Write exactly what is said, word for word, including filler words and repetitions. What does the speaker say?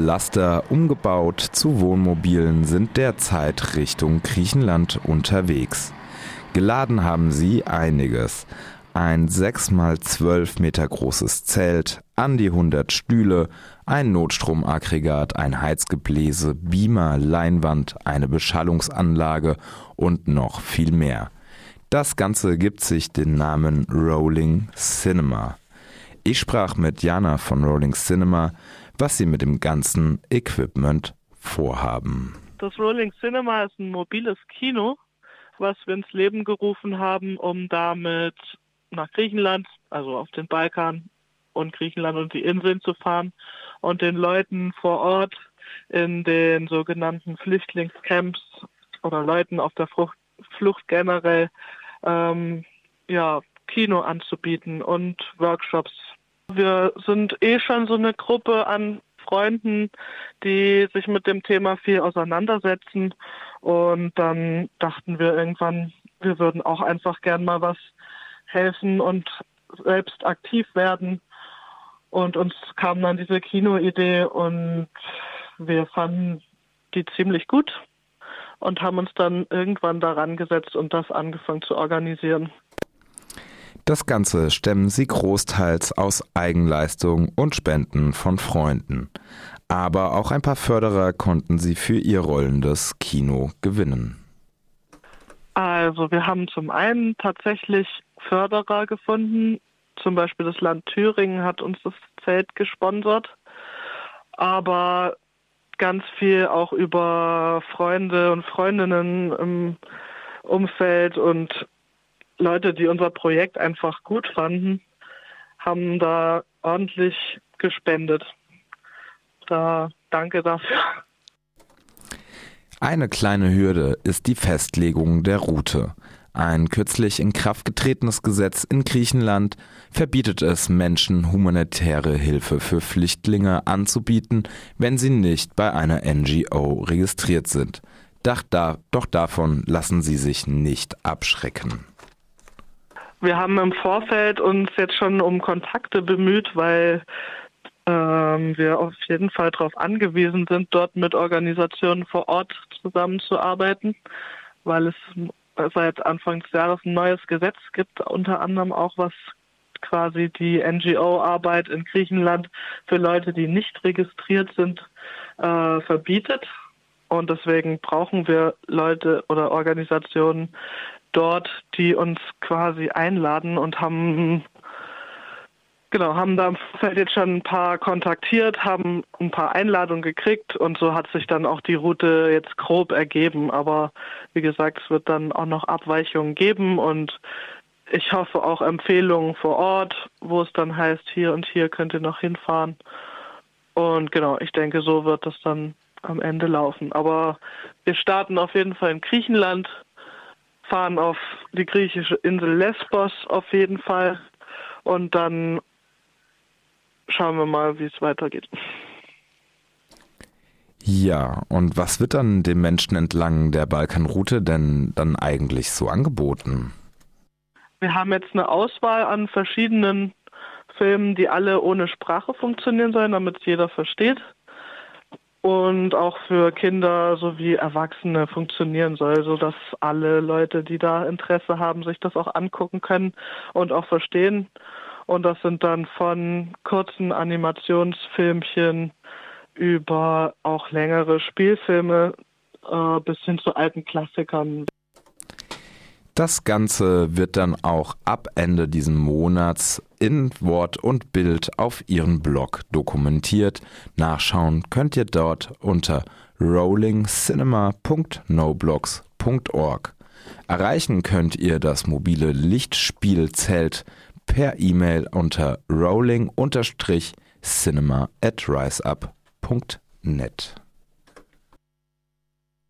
Laster, umgebaut zu Wohnmobilen, sind derzeit Richtung Griechenland unterwegs. Geladen haben sie einiges. Ein sechs mal zwölf Meter großes Zelt, an die hundert Stühle, ein Notstromaggregat, ein Heizgebläse, Beamer, Leinwand, eine Beschallungsanlage und noch viel mehr. Das Ganze gibt sich den Namen Rolling Cinema. Ich sprach mit Jana von Rolling Cinema, was sie mit dem ganzen Equipment vorhaben. Das Rolling Cinema ist ein mobiles Kino, was wir ins Leben gerufen haben, um damit nach Griechenland, also auf den Balkan und Griechenland und die Inseln zu fahren und den Leuten vor Ort in den sogenannten Flüchtlingscamps oder Leuten auf der Flucht, Flucht generell ähm, ja, Kino anzubieten und Workshops. Wir sind eh schon so eine Gruppe an Freunden, die sich mit dem Thema viel auseinandersetzen, und dann dachten wir irgendwann, wir würden auch einfach gern mal was helfen und selbst aktiv werden, und uns kam dann diese Kinoidee und wir fanden die ziemlich gut und haben uns dann irgendwann daran gesetzt und das angefangen zu organisieren. Das Ganze stemmen sie großteils aus Eigenleistung und Spenden von Freunden. Aber auch ein paar Förderer konnten sie für ihr rollendes Kino gewinnen. Also wir haben zum einen tatsächlich Förderer gefunden. Zum Beispiel das Land Thüringen hat uns das Zelt gesponsert. Aber ganz viel auch über Freunde und Freundinnen im Umfeld und Leute, die unser Projekt einfach gut fanden, haben da ordentlich gespendet. Da danke dafür. Eine kleine Hürde ist die Festlegung der Route. Ein kürzlich in Kraft getretenes Gesetz in Griechenland verbietet es Menschen, humanitäre Hilfe für Flüchtlinge anzubieten, wenn sie nicht bei einer N G O registriert sind. Doch, da, doch davon lassen sie sich nicht abschrecken. Wir haben im Vorfeld uns jetzt schon um Kontakte bemüht, weil ähm, wir auf jeden Fall darauf angewiesen sind, dort mit Organisationen vor Ort zusammenzuarbeiten, weil es seit Anfang des Jahres ein neues Gesetz gibt, unter anderem auch, was quasi die N G O-Arbeit in Griechenland für Leute, die nicht registriert sind, äh, verbietet. Und deswegen brauchen wir Leute oder Organisationen dort, die uns quasi einladen, und haben genau haben da im Vorfeld jetzt schon ein paar kontaktiert, haben ein paar Einladungen gekriegt, und so hat sich dann auch die Route jetzt grob ergeben. Aber wie gesagt, es wird dann auch noch Abweichungen geben, und ich hoffe auch Empfehlungen vor Ort, wo es dann heißt, hier und hier könnt ihr noch hinfahren. Und genau, ich denke, so wird das dann am Ende laufen. Aber wir starten auf jeden Fall in Griechenland, fahren auf die griechische Insel Lesbos auf jeden Fall, und dann schauen wir mal, wie es weitergeht. Ja, und was wird dann den Menschen entlang der Balkanroute denn dann eigentlich so angeboten? Wir haben jetzt eine Auswahl an verschiedenen Filmen, die alle ohne Sprache funktionieren sollen, damit es jeder versteht. Und auch für Kinder sowie Erwachsene funktionieren soll, sodass alle Leute, die da Interesse haben, sich das auch angucken können und auch verstehen. Und das sind dann von kurzen Animationsfilmchen über auch längere Spielfilme äh, bis hin zu alten Klassikern. Das Ganze wird dann auch ab Ende diesen Monats in Wort und Bild auf ihren Blog dokumentiert. Nachschauen könnt ihr dort unter rolling cinema punkt noblogs punkt org. Erreichen könnt ihr das mobile Lichtspielzelt per E-Mail unter rolling cinema at riseup punkt net.